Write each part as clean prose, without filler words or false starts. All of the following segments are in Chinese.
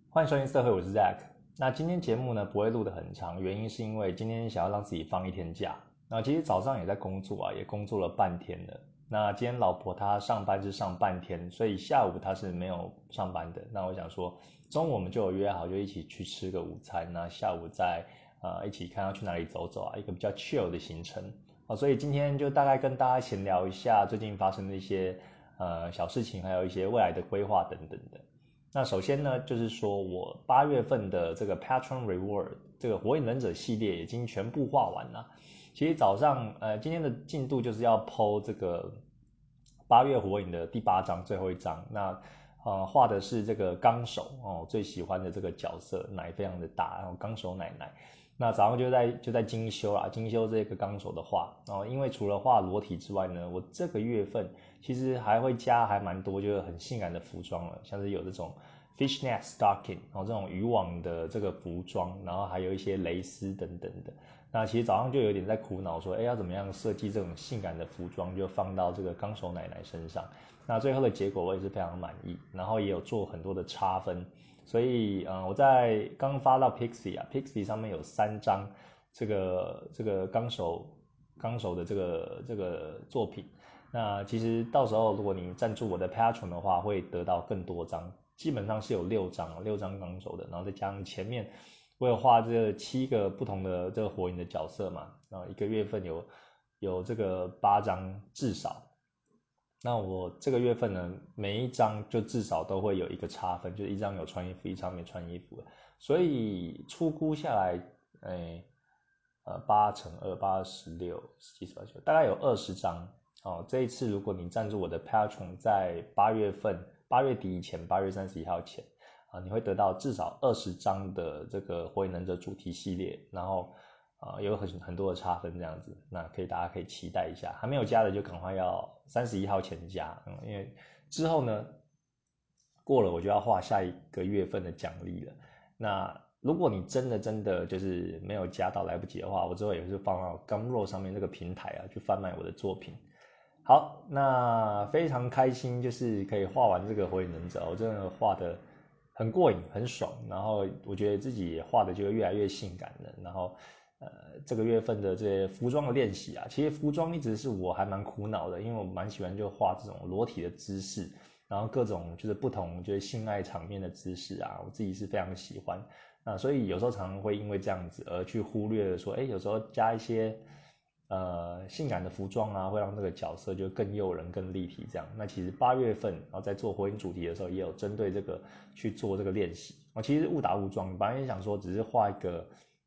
欢迎收听社会，我是 Zack。那今天节目呢不会录得很长，原因是因为今天想要让自己放一天假。那其实早上也在工作啊，也工作了半天了。那今天老婆她上班是上半天，所以下午她是没有上班的。那我想说，中午我们就有约好，就一起去吃个午餐。那下午再一起看要去哪里走走啊，一个比较 chill 的行程。所以今天就大概跟大家闲聊一下最近发生的一些小事情，还有一些未来的规划等等的。那首先呢，就是说我8月份的这个 Patron Reward 这个火影忍者系列已经全部画完了。其实早上今天的进度就是要 po 这个8月火影的第8章最后一章。那画的是这个纲手哦，最喜欢的这个角色，奶非常的大，然后纲手奶奶。那早上就在精修啦，精修这个纲手的画。因为除了画裸体之外呢，我这个月份其实还会加还蛮多，就是很性感的服装了，像是有这种 fishnet stocking，这种渔网的这个服装，然后还有一些蕾丝等等的。那其实早上就有点在苦恼说，要怎么样设计这种性感的服装，就放到这个纲手奶奶身上。那最后的结果我也是非常满意，然后也有做很多的差分。所以我在刚发到 Pixie 上面有3张这个纲手的这个作品。那其实到时候如果你赞助我的 Patron 的话，会得到更多张，基本上是有6张纲手的，然后再加上前面我有画这7个不同的这个火影的角色嘛，然后一个月份有这个8张至少。那我这个月份呢，每一张就至少都会有一个差分，就是一张有穿衣服，一张没穿衣服，所以初估下来，8×2，8×16，17、18、19，大概有20张。这一次如果你赞助我的 Patron，在8月底以前，8月31号前，你会得到至少20张的这个火影忍者主题系列，然后有很多的差分这样子，那大家可以期待一下，还没有加的就赶快要31号前加，因为之后呢过了我就要画下一个月份的奖励了。那如果你真的就是没有加到来不及的话，我之后也是放到 Gumroad 上面这个平台去贩卖我的作品。好，那非常开心，就是可以画完这个火影忍者，我真的画的很过瘾，很爽。然后我觉得自己也画的就越来越性感了。然后这个月份的这些服装的练习啊，其实服装一直是我还蛮苦恼的，因为我蛮喜欢就画这种裸体的姿势，然后各种就是不同就是性爱场面的姿势啊，我自己是非常喜欢。所以有时候常常会因为这样子而去忽略了说，有时候加一些性感的服装啊，会让这个角色就更诱人、更立体这样。那其实8月份，然后在做火影主题的时候，也有针对这个去做这个练习。其实误打误撞，本来也想说只是画一个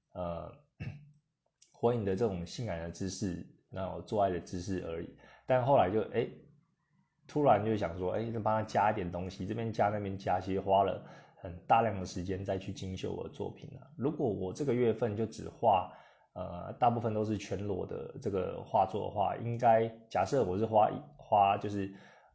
火影的这种性感的姿势，然后做爱的姿势而已。但后来就突然就想说，就帮他加一点东西，这边加那边加，其实花了很大量的时间再去精修我的作品啊。如果我这个月份就只画大部分都是全裸的这个画作的话，应该假设我是花就是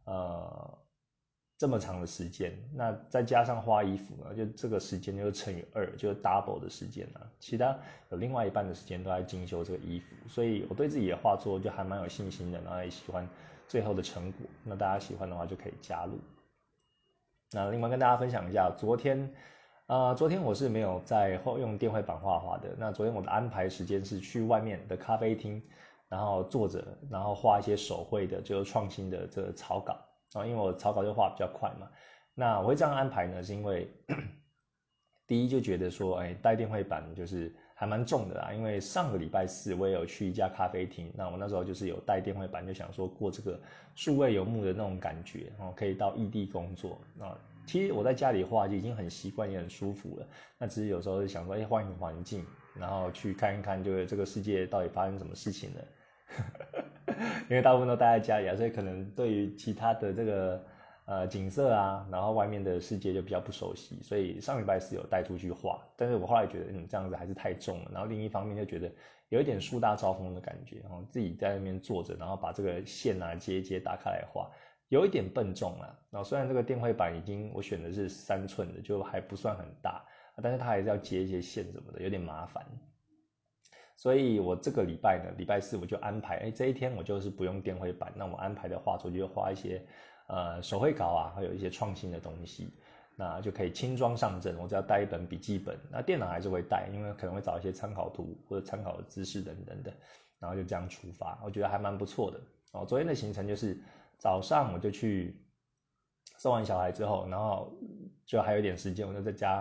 这么长的时间，那再加上画衣服呢，就这个时间就乘以2，就是 double 的时间啊。其他有另外一半的时间都在精修这个衣服，所以我对自己的画作就还蛮有信心的，然后也喜欢最后的成果。那大家喜欢的话就可以加入。那另外跟大家分享一下，昨天我是没有在用电绘板画的。那昨天我的安排时间是去外面的咖啡厅，然后坐着，然后画一些手绘的，就是创新的这个草稿。因为我草稿就画比较快嘛。那我会这样安排呢，是因为第一就觉得说，带电绘板就是还蛮重的啦。因为上个礼拜四我也有去一家咖啡厅，那我那时候就是有带电绘板，就想说过这个数位游牧的那种感觉，可以到异地工作。其实我在家里画就已经很习惯，也很舒服了。那只是有时候想说，换一个环境，然后去看一看，就是这个世界到底发生什么事情了。因为大部分都待在家里啊，所以可能对于其他的这个景色啊，然后外面的世界就比较不熟悉，所以上礼拜是有带出去画，但是我后来觉得这样子还是太重了，然后另一方面就觉得有一点树大招风的感觉，然后自己在那边坐着，然后把这个线啊接一接打开来画，有一点笨重啦。然后虽然这个电绘板我选的是3寸的，就还不算很大，但是它还是要接一些线什么的，有点麻烦。所以我这个礼拜呢，礼拜四我就安排，这一天我就是不用电绘板，那我安排的画作就画一些手绘稿啊，还有一些创新的东西。 那就可以轻装上阵，我只要带一本笔记本，那电脑还是会带，因为可能会找一些参考图或者参考的知识等等的，然后就这样出发，我觉得还蛮不错的。昨天的行程就是早上我就去送完小孩之后，然后就还有一点时间，我就在家，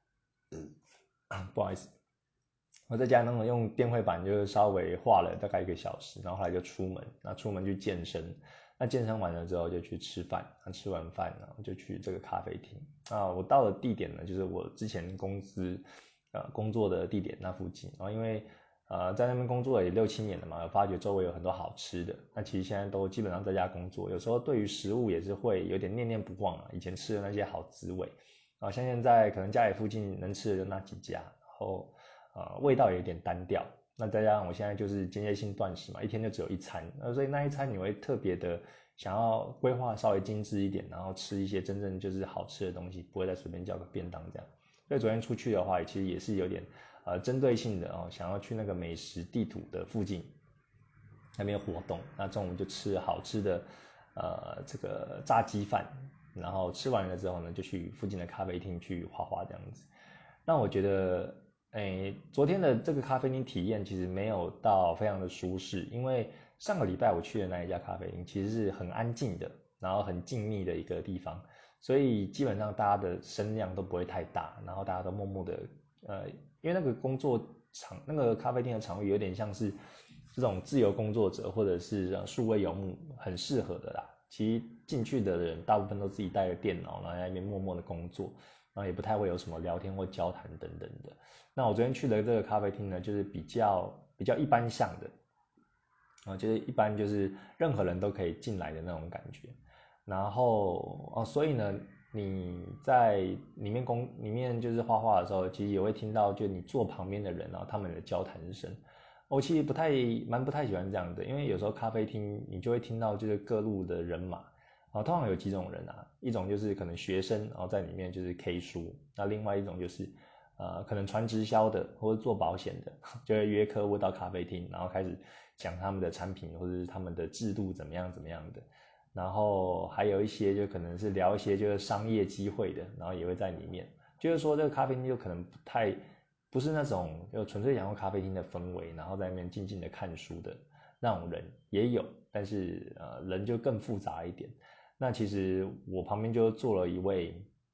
不好意思，我在家用电绘板就稍微画了大概1个小时，然后后来就出门，那出门去健身，那健身完了之后就去吃饭，那吃完饭呢就去这个咖啡厅。我到的地点呢就是我之前公司工作的地点那附近，然后因为在那边工作也6、7年了嘛，我发觉周围有很多好吃的，那其实现在都基本上在家工作，有时候对于食物也是会有点念念不忘以前吃的那些好滋味像现在可能家里附近能吃的就那几家，然后味道也有点单调，那再加上我现在就是间歇性断食嘛，一天就只有1餐，所以那一餐你会特别的想要规划稍微精致一点，然后吃一些真正就是好吃的东西，不会再随便叫个便当这样。所以昨天出去的话，其实也是有点针对性的想要去那个美食地图的附近那边活动。那中午就吃好吃的这个炸鸡饭，然后吃完了之后呢，就去附近的咖啡厅去画画这样子。那我觉得昨天的这个咖啡厅体验其实没有到非常的舒适，因为上个礼拜我去的那一家咖啡厅其实是很安静的，然后很静谧的一个地方，所以基本上大家的声量都不会太大，然后大家都默默的因为那个工作场那个咖啡厅的场域有点像是这种自由工作者或者是数位游牧很适合的啦。其实进去的人大部分都自己带着电脑，然后在那边默默的工作，然后也不太会有什么聊天或交谈等等的。那我昨天去的这个咖啡厅呢，就是比较一般向的就是一般就是任何人都可以进来的那种感觉。然后所以呢，你在里面就是画画的时候，其实也会听到就你坐旁边的人他们的交谈声。我其实蛮不太喜欢这样的，因为有时候咖啡厅你就会听到就是各路的人马通常有几种人一种就是可能学生在里面就是 K 书，那另外一种就是可能传直销的或者做保险的，就会约客户到咖啡厅，然后开始讲他们的产品或者是他们的制度怎么样的，然后还有一些就可能是聊一些就是商业机会的，然后也会在里面，就是说这个咖啡厅就可能不是那种就纯粹享受咖啡厅的氛围，然后在那边静静的看书的那种人也有，但是人就更复杂一点。那其实我旁边就坐了一位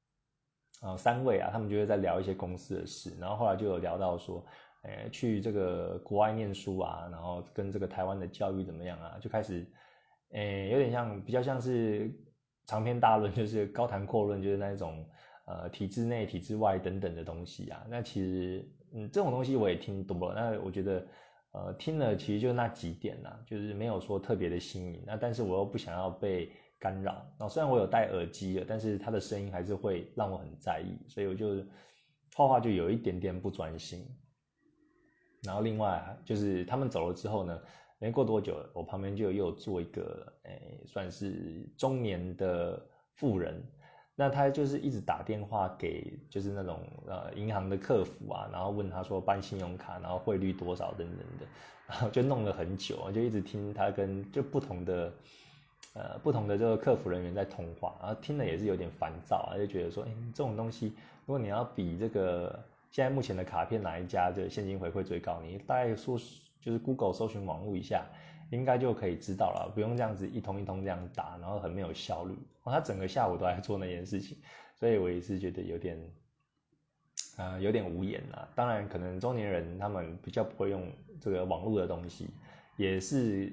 3位他们就会在聊一些公司的事，然后后来就有聊到说去这个国外念书然后跟这个台湾的教育怎么样就开始有点比较像是长篇大论，就是高谈阔论，就是那种体制内体制外等等的东西那其实这种东西我也听多了，那我觉得听了其实就那几点就是没有说特别的新颖，那但是我又不想要被干扰，虽然我有戴耳机了，但是它的声音还是会让我很在意，所以我就画画就有一点点不专心。然后另外就是他们走了之后呢，没过多久，我旁边就又坐一个算是中年的妇人，那他就是一直打电话给就是那种银行的客服然后问他说办信用卡，然后汇率多少等等的，然后就弄了很久，我就一直听他跟就不同的这个客服人员在通话，然后听了也是有点烦躁就觉得说这种东西如果你要比这个现在目前的卡片哪一家的现金回馈最高，你大概说就是 Google 搜寻网络一下应该就可以知道了，不用这样子一通一通这样打，然后很没有效率他整个下午都在做那件事情，所以我也是觉得有点无言当然可能中年人他们比较不会用这个网络的东西，也是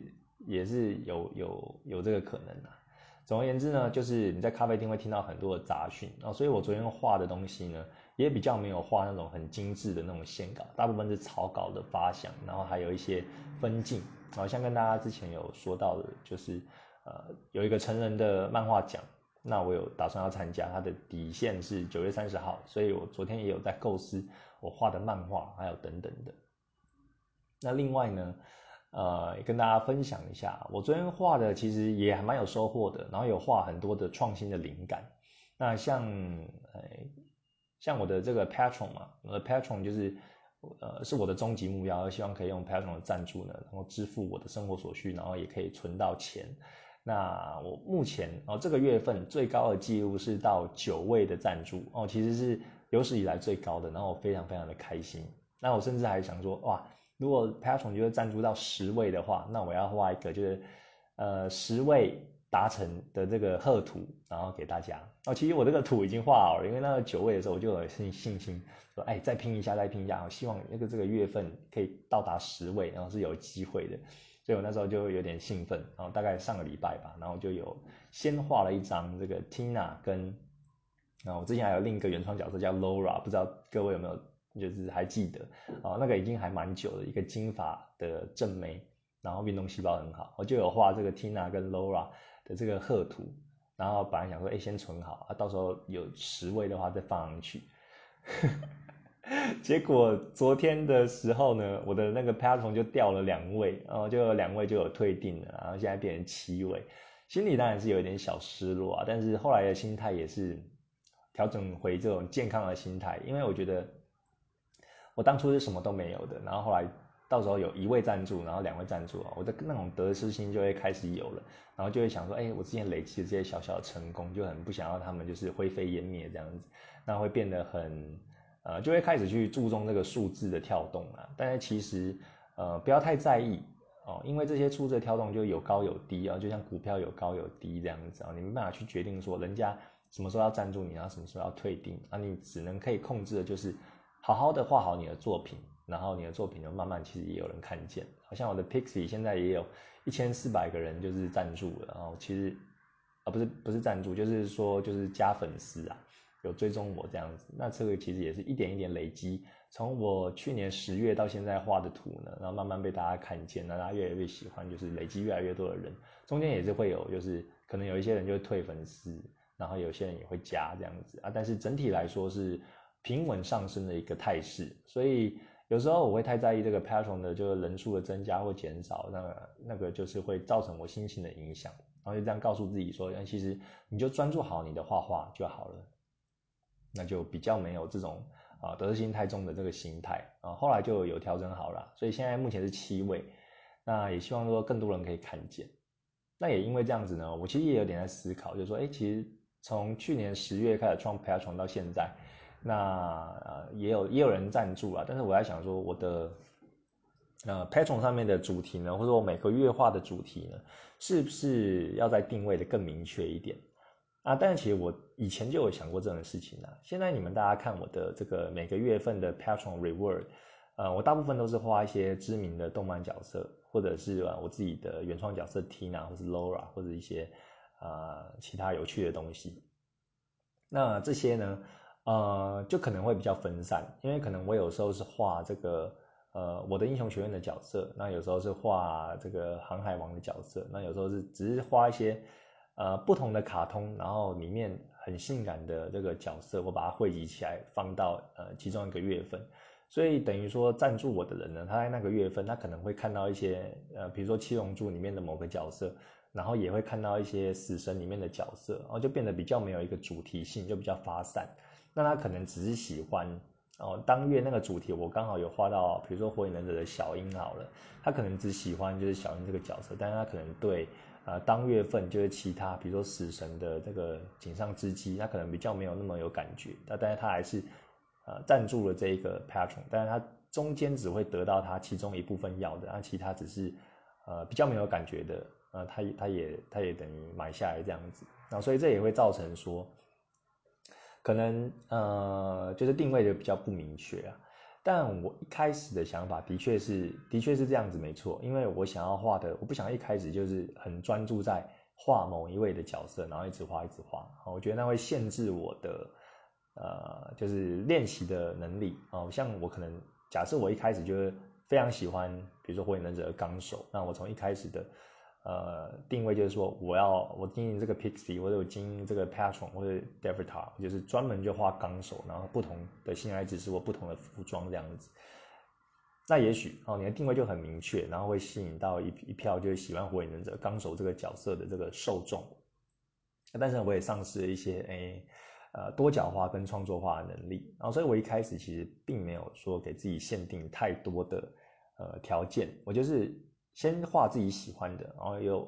有这个可能总而言之呢，就是你在咖啡厅会听到很多的杂讯所以我昨天画的东西呢，也比较没有画那种很精致的那种线稿，大部分是草稿的发想，然后还有一些分镜像跟大家之前有说到的，就是有一个成人的漫画奖，那我有打算要参加，它的底线是9月30号，所以我昨天也有在构思我画的漫画，还有等等的。那另外呢，也跟大家分享一下，我昨天画的其实也还蛮有收获的，然后有画很多的创新的灵感。那像我的这个 Patreon 嘛，我的 Patreon 就是是我的终极目标，希望可以用 Patreon 的赞助呢，然后支付我的生活所需，然后也可以存到钱。 那我目前这个月份最高的记录是到9位的赞助其实是有史以来最高的，然后我非常非常的开心。那我甚至还想说，哇，如果 Patreon 就是赞助到10位的话，那我要画一个就是10位达成的这个贺图，然后给大家。其实我这个图已经画好了，因为那个9位的时候我就有信心说，哎，再拼一下，我希望这个月份可以到达10位，然后是有机会的。所以我那时候就有点兴奋，然后大概上个礼拜吧，然后就有先画了一张这个 Tina 跟，然后我之前还有另一个原创角色叫 Laura， 不知道各位有没有就是还记得那个已经还蛮久的一个金发的正妹，然后运动细胞很好，我就有画这个 Tina 跟 Laura 的这个贺图，然后本来想说先存好到时候有10位的话再放上去。结果昨天的时候呢，我的那个 Patreon 就掉了2位，然后就有2位就有退订了，然后现在变成7位，心里当然是有一点小失落但是后来的心态也是调整回这种健康的心态，因为我觉得我当初是什么都没有的，然后后来到时候有1位赞助，然后2位赞助我的那种得失心就会开始有了，然后就会想说，我之前累积的这些小小的成功，就很不想要他们就是灰飞烟灭这样子，那会变得很就会开始去注重这个数字的跳动但是其实不要太在意因为这些数字的跳动就有高有低就像股票有高有低这样子你没办法去决定说人家什么时候要赞助你，然后什么时候要退订你只能可以控制的就是好好的画好你的作品，然后你的作品就慢慢其实也有人看见，好像我的 Pixie 现在也有1400个人就是赞助了，然后其实不是赞助，就是说就是加粉丝有追踪我这样子，那这个其实也是一点一点累积，从我去年10月到现在画的图呢，然后慢慢被大家看见，那大家越来越喜欢，就是累积越来越多的人，中间也是会有就是可能有一些人就会退粉丝，然后有些人也会加这样子但是整体来说是平稳上升的一个态势，所以有时候我会太在意这个 Patreon 的就是人数的增加或减少，那个就是会造成我心情的影响，然后就这样告诉自己说，其实你就专注好你的画画就好了，那就比较没有这种得失心太重的这个心态后来就有调整好了，所以现在目前是7位，那也希望说更多人可以看见。那也因为这样子呢，我其实也有点在思考，就是说，其实从去年10月开始创 Patreon 到现在，那也有人赞助但是我在想说，我的Patreon 上面的主题呢，或者我每个月画的主题呢，是不是要再定位的更明确一点但是其实我以前就有想过这种事情现在你们大家看我的这个每个月份的 Patreon Reward，我大部分都是画一些知名的动漫角色，或者是我自己的原创角色 Tina 或是 Laura， 或者一些其他有趣的东西。那这些呢，就可能会比较分散，因为可能我有时候是画这个我的英雄学院的角色，那有时候是画这个航海王的角色，那有时候是只是画一些不同的卡通，然后里面很性感的这个角色，我把它汇集起来放到其中一个月份，所以等于说赞助我的人呢，他在那个月份他可能会看到一些比如说七龙珠里面的某个角色，然后也会看到一些死神里面的角色，然后就变得比较没有一个主题性，就比较发散。那他可能只是喜欢当月那个主题我刚好有画到，比如说火影忍者的小樱好了，他可能只喜欢就是小樱这个角色，但是他可能对当月份就是其他比如说死神的这个井上织姬，他可能比较没有那么有感觉，但是他还是赞助了这一个 Patreon， 但是他中间只会得到他其中一部分要的，其他只是比较没有感觉的他也等于买下来这样子所以这也会造成说可能就是定位的比较不明确但我一开始的想法的确是这样子没错，因为我想要画的，我不想一开始就是很专注在画某一位的角色，然后一直画我觉得那会限制我的就是练习的能力像我可能假设我一开始就是非常喜欢比如说火影忍者的纲手，那我从一开始的定位就是说我经营这个 Pixie， 或者我经营这个 Patreon 或者 Devatar， 就是专门就画纲手，然后不同的性爱知识或不同的服装这样子，那也许你的定位就很明确，然后会吸引到一票就是喜欢火影忍者纲手这个角色的这个受众，但是我也丧失了一些多角化跟创作化的能力，所以我一开始其实并没有说给自己限定太多的条件，我就是先画自己喜欢的，然后有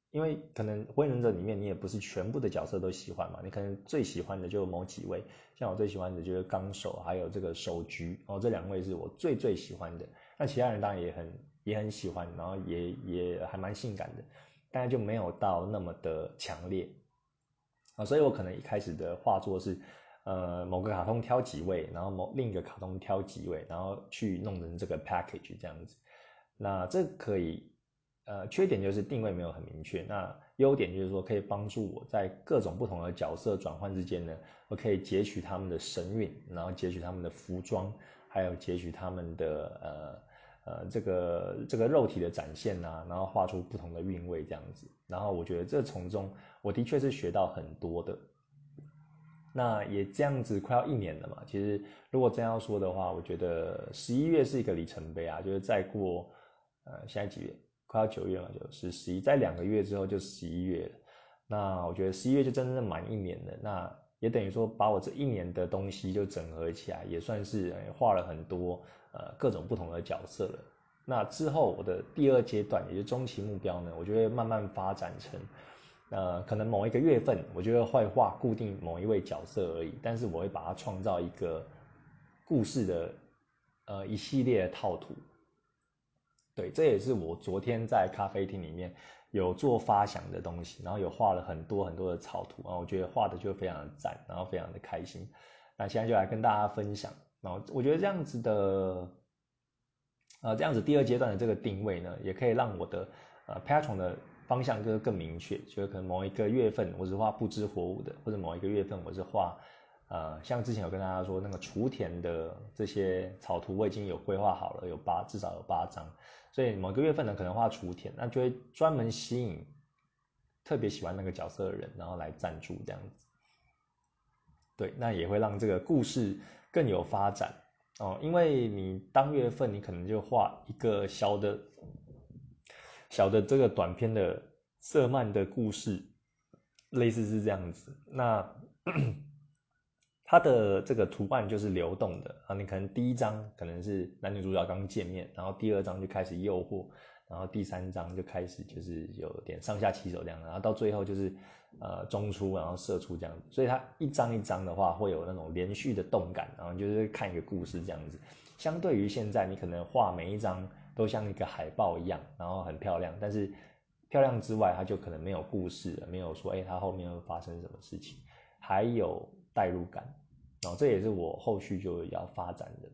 因为可能火影忍者里面你也不是全部的角色都喜欢嘛，你可能最喜欢的就某几位，像我最喜欢的就是纲手还有这个手菊这2位是我最喜欢的。那其他人当然也很喜欢，然后也还蛮性感的，但是就没有到那么的强烈所以我可能一开始的画作是某个卡通挑几位，然后另一个卡通挑几位，然后去弄成这个 package 这样子。那这可以缺点就是定位没有很明确，那优点就是说可以帮助我在各种不同的角色转换之间呢，我可以截取他们的神韵，然后截取他们的服装，还有截取他们的这个肉体的展现啊，然后画出不同的韵味这样子。然后我觉得这从中我的确是学到很多的。那也这样子快要1年了嘛，其实如果真要说的话，我觉得11月是一个里程碑啊，就是再过现在几月？快要9月嘛，就是11，在2个月之后就11月了。那我觉得11月就真正满1年了，那也等于说把我这1年的东西就整合起来，也算是画了很多各种不同的角色了。那之后我的第2阶段，也就是中期目标呢，我就会慢慢发展成可能某一个月份，我就会画固定某一位角色而已，但是我会把它创造一个故事的一系列的套图。对，这也是我昨天在咖啡厅里面有做发想的东西，然后有画了很多很多的草图，然后我觉得画的就非常的赞，然后非常的开心。那现在就来跟大家分享，然后我觉得这样子的，这样子第2阶段的这个定位呢，也可以让我的Patreon 的方向就是更明确，就是可能某一个月份我是画不知火舞的，或者某一个月份我是画像之前有跟大家说那个雏田的这些草图我已经有规划好了，至少有8张，所以某个月份呢可能画雏田，那就会专门吸引特别喜欢那个角色的人，然后来赞助这样子。对，那也会让这个故事更有发展因为你当月份你可能就画一个小的这个短篇的色漫的故事，类似是这样子。那它的这个图案就是流动的你可能第1章可能是男女主角刚见面，然后第2章就开始诱惑，然后第3章就开始就是有点上下其手这样，然后到最后就是中出然后射出这样子，所以它一章一章的话会有那种连续的动感，然后就是看一个故事这样子。相对于现在你可能画每一张都像一个海报一样，然后很漂亮，但是漂亮之外它就可能没有故事了，没有说它后面会发生什么事情，还有代入感这也是我后续就要发展的。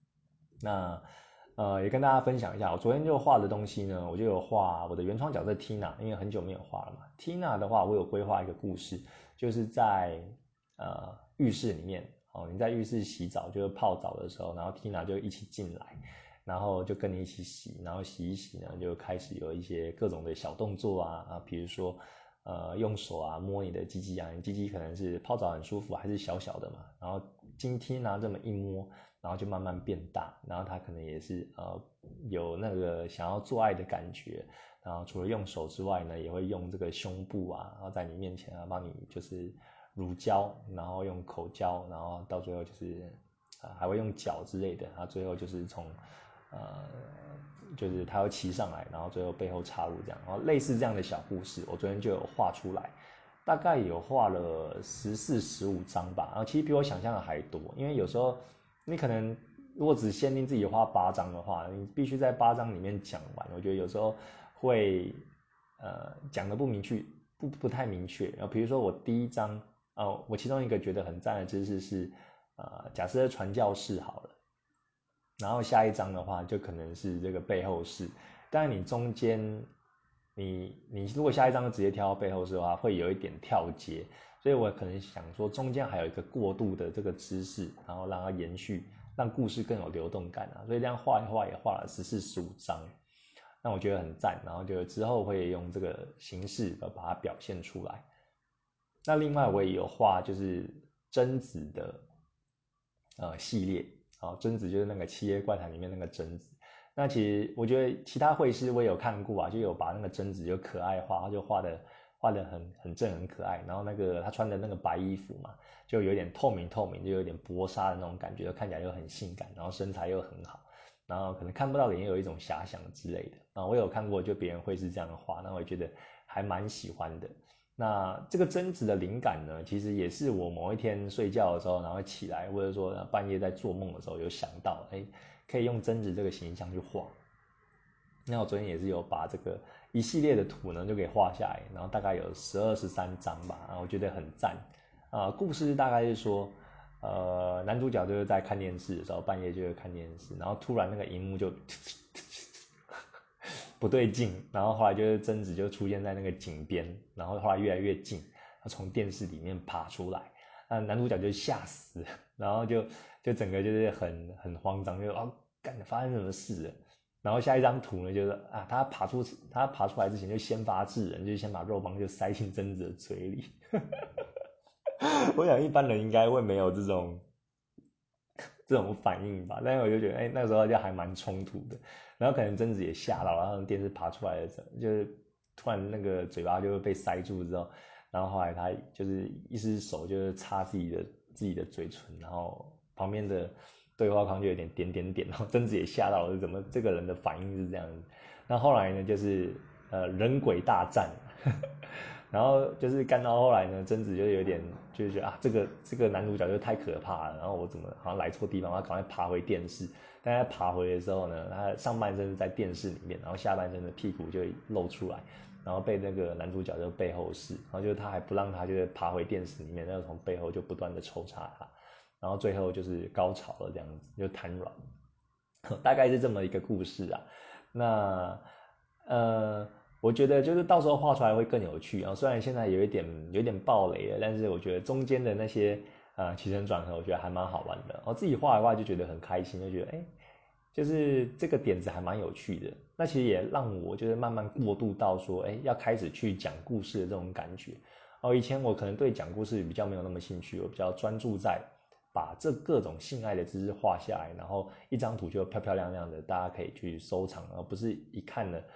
那也跟大家分享一下，我昨天就画的东西呢，我就有画我的原创角色 Tina， 因为很久没有画了嘛。Tina 的话，我有规划一个故事，就是在浴室里面你在浴室洗澡，就是泡澡的时候，然后 Tina 就一起进来，然后就跟你一起洗，然后洗一洗呢，就开始有一些各种的小动作比如说用手摸你的鸡鸡你鸡鸡可能是泡澡很舒服，还是小小的嘛，然后经 Tina 这么一摸，然后就慢慢变大，然后他可能也是有那个想要做爱的感觉，然后除了用手之外呢，也会用这个胸部然后在你面前帮你就是乳胶，然后用口交，然后到最后就是还会用脚之类的，然后最后就是从就是他会骑上来，然后最后背后插入这样，然后类似这样的小故事，我昨天就有画出来，大概有画了14、15张吧，然后其实比我想象的还多，因为有时候你可能如果只限定自己画8张的话，你必须在8张里面讲完，我觉得有时候会讲的不明确，不太明确。然后比如说我第1章我其中一个觉得很赞的知识是假设传教士好了。然后下一章的话就可能是这个背后式，当然你中间你如果下一章就直接跳到背后式的话，会有一点跳接，所以我可能想说中间还有一个过渡的这个知识，然后让它延续，让故事更有流动感所以这样画一画也画了14、15章，那我觉得很赞，然后就之后会用这个形式把它表现出来。那另外我也有画就是贞子的系列贞子就是那个《七夜怪谈》里面那个贞子。那其实我觉得其他绘师我也有看过就有把那个贞子就可爱化，就画的很正很可爱。然后那个他穿的那个白衣服嘛，就有点透明，就有点薄纱的那种感觉，看起来又很性感，然后身材又很好，然后可能看不到脸，也有一种遐想之类的我有看过，就别人会是这样的画，那我也觉得还蛮喜欢的。那这个贞子的灵感呢，其实也是我某一天睡觉的时候，然后起来，或者说半夜在做梦的时候有想到，可以用贞子这个形象去画。那我昨天也是有把这个一系列的图呢就给画下来，然后大概有12、13张吧，然后我觉得很赞。故事大概是说，男主角就是在看电视的时候，半夜就会看电视，然后突然那个荧幕就不对劲，然后后来就是贞子就出现在那个井边，然后后来越来越近，他从电视里面爬出来，那男主角就吓死，然后就整个就是很慌张，就干发生什么事了？然后下一张图呢，就是他爬出来之前就先发制人，就是先把肉棒就塞进贞子的嘴里。我想一般人应该会没有这种反应吧，但是我就觉得，那个时候就还蛮冲突的。然后可能贞子也吓到，然后电视爬出来的时候，就是突然那个嘴巴就被塞住之后，然后后来他就是一只手就是擦自己的嘴唇，然后旁边的对话框就有点点点点，然后贞子也吓到了，怎么这个人的反应是这样子？那后来呢，就是人鬼大战。然后就是干到后来呢，贞子就有点就是觉得这个男主角就太可怕了，然后我怎么好像来错地方，他赶快爬回电视。但他爬回的时候呢，他上半身是在电视里面，然后下半身的屁股就露出来，然后被那个男主角就背后视，然后就是他还不让他就是爬回电视里面，然后从背后就不断的抽插他，然后最后就是高潮了这样子，就瘫软，大概是这么一个故事啊。那我觉得就是到时候画出来会更有趣啊。虽然现在有一点爆雷了，但是我觉得中间的那些起承转合，我觉得还蛮好玩的。我自己画的话就觉得很开心，就觉得就是这个点子还蛮有趣的。那其实也让我就是慢慢过渡到说，要开始去讲故事的这种感觉。以前我可能对讲故事比较没有那么兴趣，我比较专注在把这各种性爱的知识画下来，然后一张图就漂漂亮亮的，大家可以去收藏，而不是一看了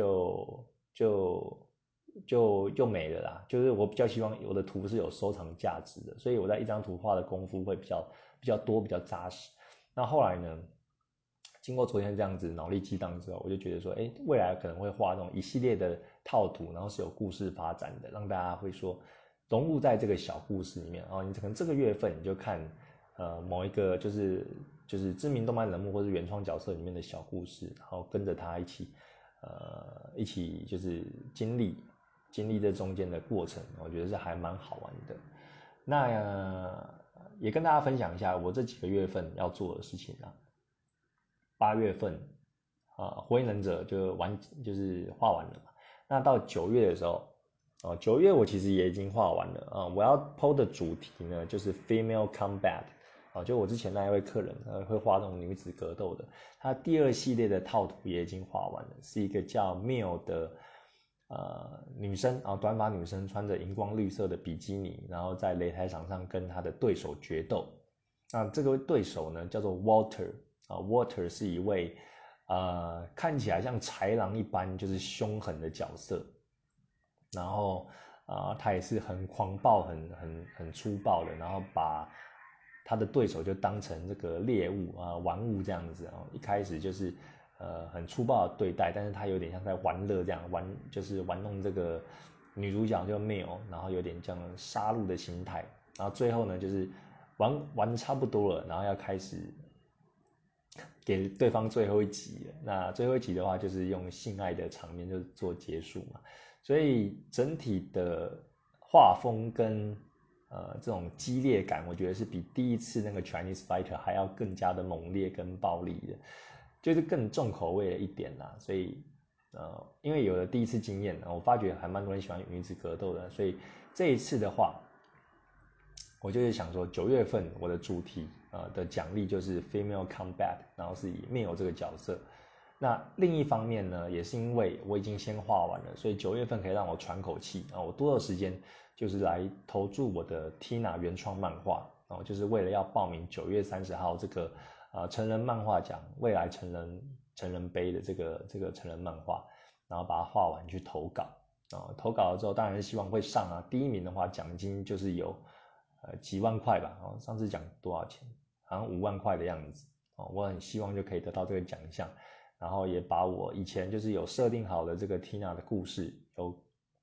就没了啦。就是我比较希望我的图是有收藏价值的，所以我在一张图画的功夫会比较多，比较扎实。那后来呢，经过昨天这样子脑力激荡之后，我就觉得说，未来可能会画那种一系列的套图，然后是有故事发展的，让大家会说融入在这个小故事里面。然后你可能这个月份你就看某一个就是知名动漫人物或是原创角色里面的小故事，然后跟着他一起就是经历这中间的过程，我觉得是还蛮好玩的。那也跟大家分享一下我这几个月份要做的事情啊。8月份火影忍者就是画完了嘛。那到9月的时候，9月我其实也已经画完了我要 PO 的主题呢就是 female combat 就我之前那一位客人会画那种女子格斗的，他第2系列的套图也已经画完了，是一个叫 Mio 的女生短发女生穿着荧光绿色的比基尼，然后在擂台场上跟她的对手决斗。那这个对手呢叫做 Water。Water 是一位看起来像豺狼一般就是凶狠的角色，然后他也是很狂暴很粗暴的，然后把他的对手就当成这个猎物玩物这样子一开始就是很粗暴的对待，但是他有点像在玩乐这样就是玩弄这个女主角就 Mio， 然后有点这样杀戮的心态，然后最后呢就是玩差不多了，然后要开始给对方最后一集了。那最后一集的话就是用性爱的场面就做结束嘛，所以整体的画风跟这种激烈感，我觉得是比第一次那个 Chinese Fighter 还要更加的猛烈跟暴力的，就是更重口味了一点啦。所以因为有了第一次经验，我发觉还蛮多人喜欢女子格斗的，所以这一次的话，我就是想说9月份我的主题的奖励就是 female combat， 然后是以 Mio 这个角色。那另一方面呢，也是因为我已经先画完了，所以9月份可以让我喘口气我多的时间就是来投注我的 Tina 原创漫画就是为了要报名9月30号这个成人漫画奖未来成人杯的这个成人漫画，然后把它画完去投稿投稿了之后当然是希望会上第一名的话奖金就是有几万块吧上次讲多少钱好像5万块的样子我很希望就可以得到这个奖项，然后也把我以前就是有设定好的这个 Tina 的故事有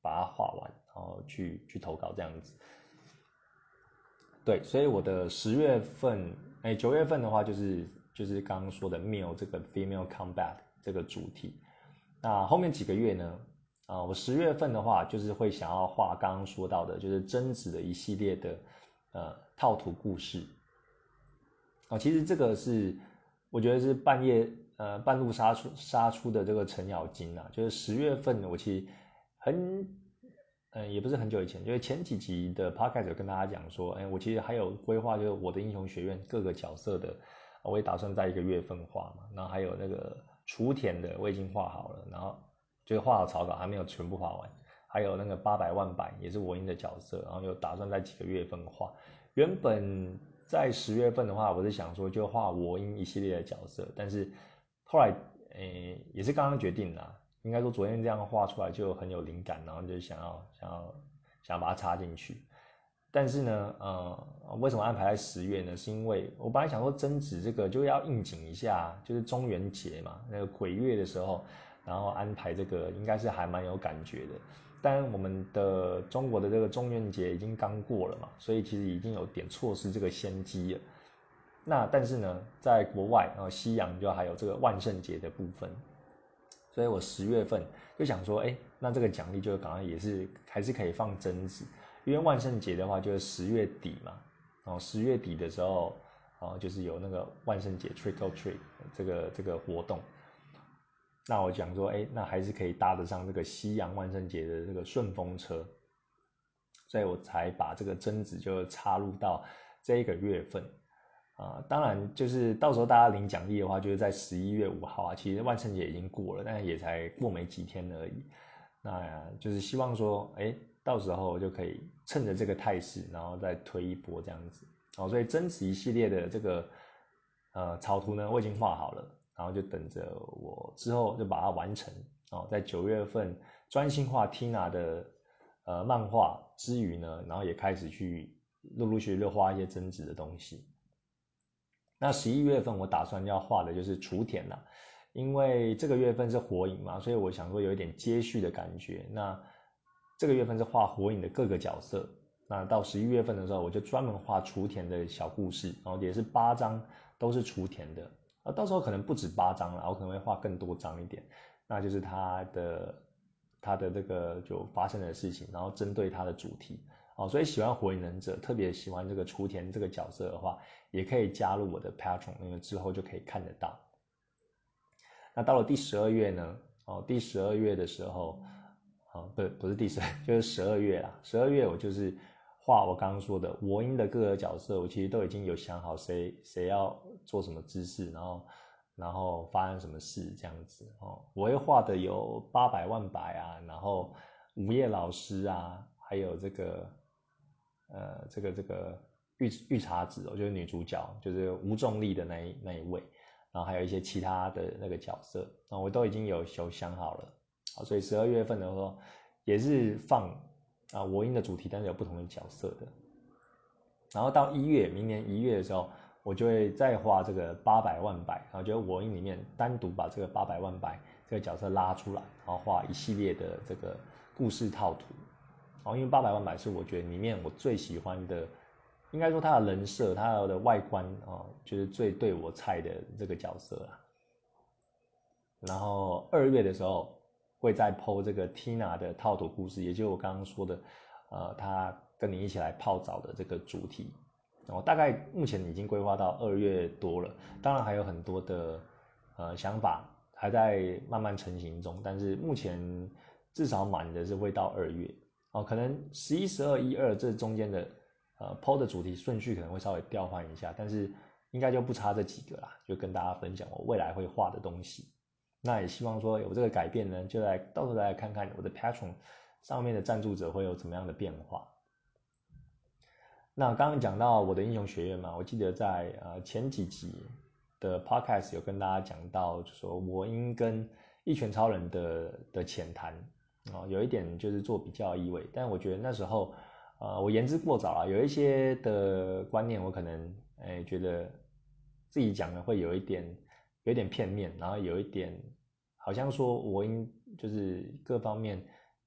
把它画完，然后去投稿这样子。对，所以我的10月份，9月份的话就是刚刚说的 male 这个 female combat 这个主题。那后面几个月呢，我10月份的话就是会想要画刚刚说到的，就是贞子的一系列的套图故事。其实这个是我觉得是半路杀出的这个程咬金啊，就是10月份我其实也不是很久以前，就是前几集的 podcast 有跟大家讲说，我其实还有规划，就是我的英雄学院各个角色的，我也打算在1个月份画嘛，然后还有那个雏田的我已经画好了，然后就是画好草稿还没有全部画完，还有那个800万百也是我英的角色，然后就打算在几个月份画。原本在10月份的话，我是想说就画我英一系列的角色，但是后来也是刚刚决定啦。应该说昨天这样画出来就很有灵感，然后就想要把它插进去。但是呢，为什么安排在10月呢？是因为我本来想说贞子这个就要应景一下，就是中元节嘛，那个鬼月的时候，然后安排这个应该是还蛮有感觉的。但我们的中国的这个中元节已经刚过了嘛，所以其实已经有点错失这个先机了。那但是呢，在国外，西洋就还有这个万圣节的部分。所以我10月份就想说，那这个奖励就赶快还是可以放贞子，因为万圣节的话就是10月底嘛，10月底的时候，就是有那个万圣节 Trick or Treat 这个活动。那我讲说，那还是可以搭得上这个西洋万圣节的这个顺风车，所以我才把这个贞子就插入到这一个月份。当然就是到时候大家领奖励的话，就是在11月5号啊，其实万圣节已经过了，但也才过没几天而已。那就是希望说，到时候就可以趁着这个态势，然后再推一波这样子。所以贞子一系列的这个草图呢，我已经画好了，然后就等着我之后就把它完成。在9月份专心画 Tina 的漫画之余呢，然后也开始去陆陆续续画一些贞子的东西。那11月份我打算要画的就是雏田啦，因为这个月份是火影嘛，所以我想说有一点接续的感觉。那这个月份是画火影的各个角色，那到11月份的时候，我就专门画雏田的小故事，然后也是8张都是雏田的。到时候可能不止8张了，我可能会画更多张一点，那就是他的这个就发生的事情，然后针对他的主题。所以喜欢火影忍者，特别喜欢这个雏田这个角色的话，也可以加入我的 Patreon，因为之后就可以看得到。那到了第12月呢？第12月的时候，不是第12，就是12月啦。12月我就是画我刚刚说的我英的各个角色，我其实都已经有想好谁要做什么姿势，然后发生什么事这样子。我会画的有800万百啊，然后午夜老师啊，还有这个御茶子就是女主角，就是无重力的那一位，然后还有一些其他的那个角色，我都已经有想好了。所以12月份的时候也是放我英的主题，但是有不同的角色的。然后到明年1月的时候，我就会再画这个800万百，然后就我英里面单独把这个800万百这个角色拉出来，然后画一系列的这个故事套图。因为800万百是我觉得里面我最喜欢的，应该说他的人设、他的外观就是最对我菜的这个角色啦。然后2月的时候会再 po 这个 Tina 的套图故事，也就是我刚刚说的，他跟你一起来泡澡的这个主题。大概目前已经规划到2月多了，当然还有很多的想法还在慢慢成型中，但是目前至少满的是会到2月。可能11、12、12这中间的PO 的主题顺序可能会稍微调换一下，但是应该就不差这几个啦，就跟大家分享我未来会画的东西。那也希望说有这个改变呢，就到时候来看看我的 Patreon 上面的赞助者会有怎么样的变化。那刚刚讲到我的英雄学院嘛，我记得在前几集的 Podcast 有跟大家讲到，就说我英跟一拳超人的浅谈有一点就是做比较意味，但我觉得那时候我言之过早啦，有一些的观念我可能觉得自己讲的会有一点片面，然后有一点好像说我英就是各方面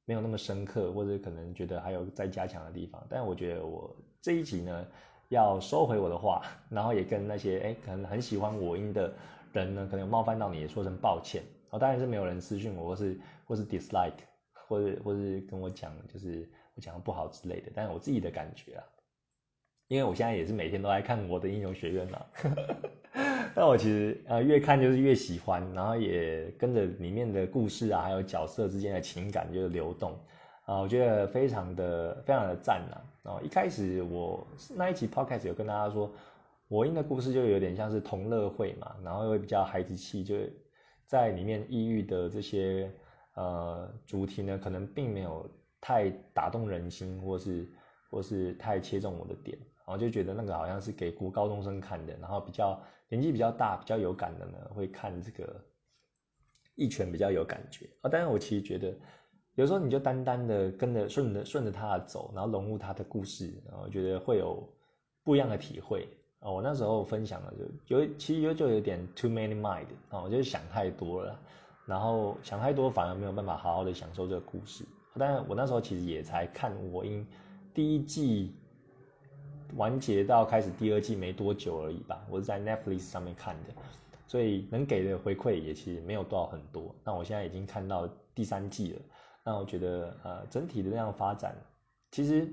没有那么深刻，或者可能觉得还有再加强的地方。但我觉得我这一集呢，要收回我的话，然后也跟那些可能很喜欢我音的人呢，可能有冒犯到你，也说声抱歉。当然是没有人私讯我，或是 dislike，或是跟我讲就是我讲的不好之类的，但是我自己的感觉啊，因为我现在也是每天都在看我的英雄学院嘛，但我其实越看就是越喜欢，然后也跟着里面的故事啊，还有角色之间的情感就是流动我觉得非常的赞一开始我那一集 podcast 有跟大家说，我音的故事就有点像是同乐会嘛，然后会比较孩子气，就在里面抑郁的这些主题呢，可能并没有太打动人心，或是太切中我的点，然后就觉得那个好像是给国高中生看的，然后年纪比较大、比较有感的呢，会看这个一拳比较有感觉但是我其实觉得，有时候你就单单的跟着顺着他的走，然后融入他的故事，然后我觉得会有不一样的体会我那时候分享了其实就有点 too many mind 我就是想太多了，然后想太多反而没有办法好好的享受这个故事。但是我那时候其实也才看我音第一季完结到开始第二季没多久而已吧，我是在 Netflix 上面看的，所以能给的回馈也其实没有多少很多。那我现在已经看到第三季了，那我觉得整体的这样发展，其实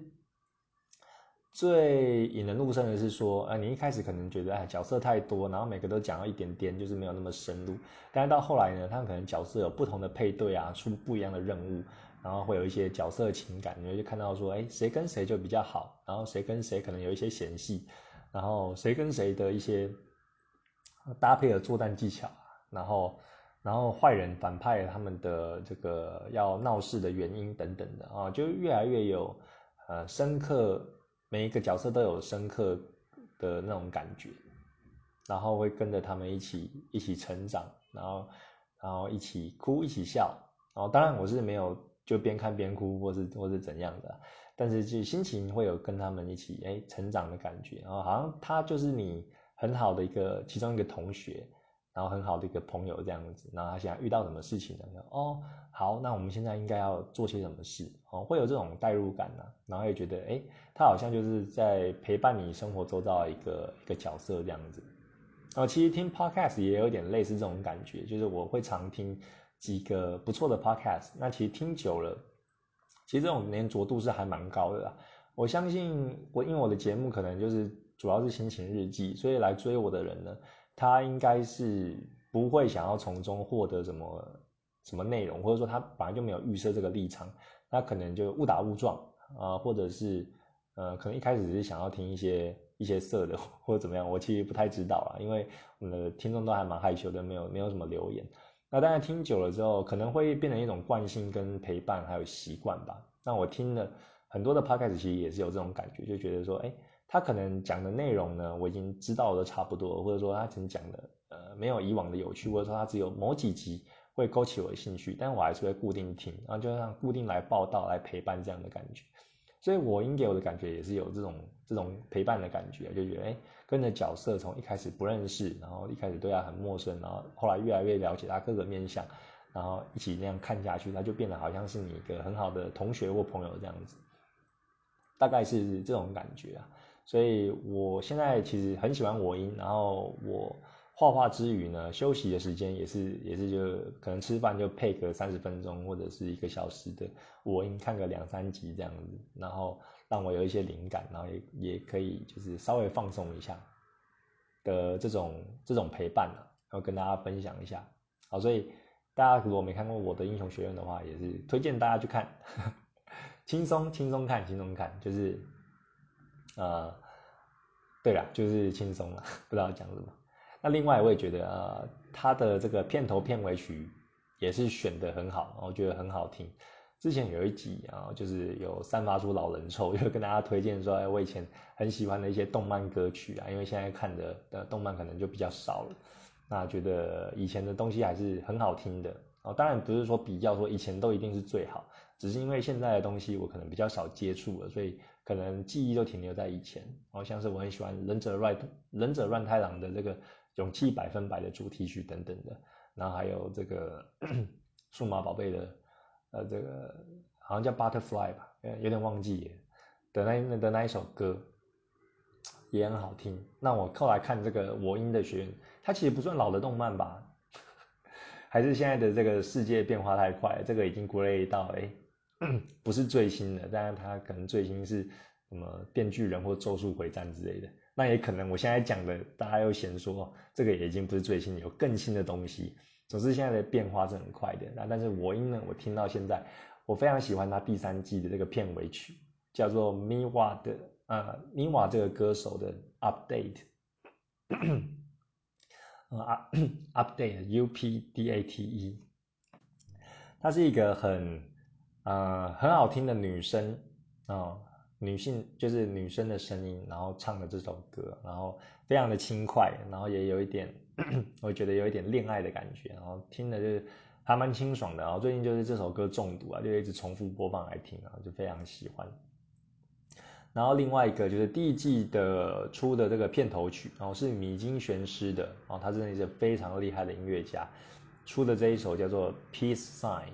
最引人入胜的是说，你一开始可能觉得角色太多，然后每个都讲到一点点，就是没有那么深入。但是到后来呢，他们可能角色有不同的配对啊，出不一样的任务，然后会有一些角色情感，你会看到说，谁跟谁就比较好，然后谁跟谁可能有一些嫌隙，然后谁跟谁的一些搭配的作战技巧，然后坏人反派他们的这个要闹事的原因等等的就越来越有深刻。每一个角色都有深刻的那种感觉，然后会跟着他们一起成长，然后一起哭一起笑，当然我是没有就边看边哭或是怎样的，但是就心情会有跟他们一起成长的感觉，然后好像他就是你很好的其中一个同学，然后很好的一个朋友这样子，然后他现在遇到什么事情呢？好，那我们现在应该要做些什么事会有这种代入感然后也觉得他好像就是在陪伴你生活周遭的一个角色这样子其实听 podcast 也有点类似这种感觉，就是我会常听几个不错的 podcast， 那其实听久了，其实这种粘着度是还蛮高的我相信因为我的节目可能就是主要是心情日记，所以来追我的人呢，他应该是不会想要从中获得什么内容，或者说他本来就没有预设这个立场，他可能就误打误撞或者是可能一开始只是想要听一些色的或者怎么样，我其实不太知道啦，因为我们的听众都还蛮害羞的，没有什么留言。那当然听久了之后，可能会变成一种惯性跟陪伴还有习惯吧。那我听了很多的 podcast 其实也是有这种感觉，就觉得说他可能讲的内容呢，我已经知道的差不多，或者说他可能讲的没有以往的有趣，或者说他只有某几集会勾起我的兴趣，但我还是会固定听，然后就像固定来报道来陪伴这样的感觉。所以我音给我的感觉也是有这种陪伴的感觉，就觉得跟着角色从一开始不认识，然后一开始对他很陌生，然后后来越来越了解他各个面向，然后一起那样看下去，他就变得好像是你一个很好的同学或朋友这样子，大概是这种感觉所以我现在其实很喜欢我音，然后我画画之余呢，休息的时间也是就可能吃饭就配个30分钟或者是1个小时的我音，看个2-3集这样子，然后让我有一些灵感，然后也可以就是稍微放松一下的这种陪伴然后跟大家分享一下。好，所以大家如果没看过我的英雄学院的话，也是推荐大家去看，轻松看，就是对啦，就是轻松了，不知道讲什么。那另外我也觉得他的这个片头片尾曲也是选得很好，我觉得很好听。之前有一集就是有散发出老人臭，就跟大家推荐说，我以前很喜欢的一些动漫歌曲因为现在看的动漫可能就比较少了，那觉得以前的东西还是很好听的当然不是说比较说以前都一定是最好，只是因为现在的东西我可能比较少接触了，所以可能记忆都停留在以前像是我很喜欢忍者乱太郎的这个勇气100%的主题曲等等的，然后还有这个数码宝贝的这个好像叫 Butterfly 吧，有点忘记的那一首歌也很好听。那我后来看这个我音的学院，它其实不算老的动漫吧，还是现在的这个世界变化太快了，这个已经归类到不是最新的，但是它可能最新是什么电锯人或咒术回战之类的。那也可能我现在讲的，大家又嫌说这个也已经不是最新的，有更新的东西。总之现在的变化是很快的。但是我音呢，我听到现在，我非常喜欢它第3季的这个片尾曲，叫做 Miwa 的Miwa 这个歌手的 Update。Update UPDATE，她是一个很好听的女生女性就是女生的声音，然后唱的这首歌，然后非常的轻快，然后也有一点我觉得有一点恋爱的感觉，然后听的就是还蛮清爽的，然后最近就是这首歌中毒就一直重复播放来听就非常喜欢。然后另外一个就是第1季的出的这个片头曲，然后是米津玄师的，然后他真的是非常厉害的音乐家，出的这一首叫做 Peace Sign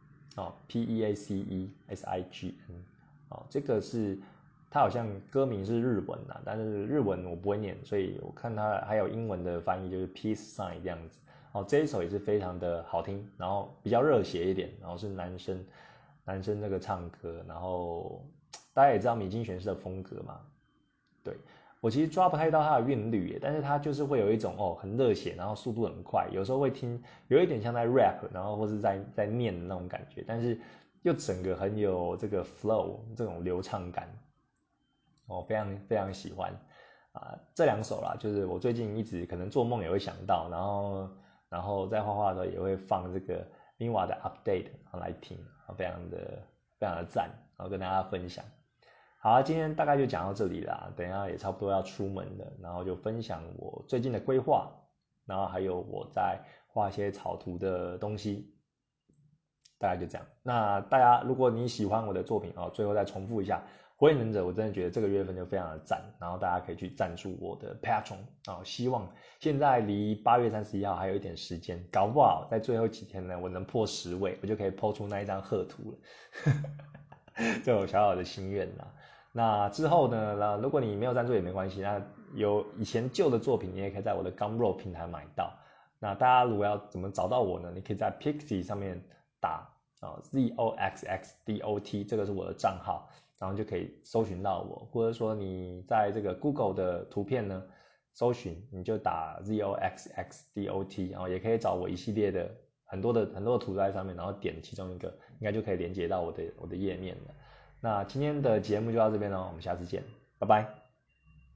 PEACESIGN 这个是他好像歌名是日文但是日文我不会念，所以我看他还有英文的翻译就是 Peace Sign 这样子这一首也是非常的好听，然后比较热血一点，然后是男生这个唱歌，然后大家也知道米津玄师的风格嘛，对，我其实抓不太到他的韵律但是他就是会有一种很热血，然后速度很快，有时候会听有一点像在 rap， 然后或是在念的那种感觉，但是又整个很有这个 flow 这种流畅感非常非常喜欢这2首啦，就是我最近一直可能做梦也会想到，然后在画画的时候也会放这个 Miwa 的 Update 来听非常的赞，然后跟大家分享。好今天大概就讲到这里啦，等一下也差不多要出门了，然后就分享我最近的规划，然后还有我在画一些草图的东西，大概就这样。那大家如果你喜欢我的作品最后再重复一下，火影忍者我真的觉得这个月份就非常的赞，然后大家可以去赞助我的 Patreon 希望现在离8月31号还有一点时间，搞不好在最后几天呢我能破10位，我就可以 po 出那一张贺图了这有小小的心愿啦。那之后呢，如果你没有赞助也没关系，那有以前旧的作品你也可以在我的 Gumroad 平台买到。那大家如果要怎么找到我呢？你可以在 Pixie 上面打ZOXXDOT， 这个是我的账号，然后就可以搜寻到我，或者说你在这个 Google 的图片呢搜寻，你就打 ZOXXDOT， 然后也可以找我一系列的很多的图在上面，然后点其中一个，应该就可以连接到我的页面了。那今天的节目就到这边咯，我们下次见，拜拜。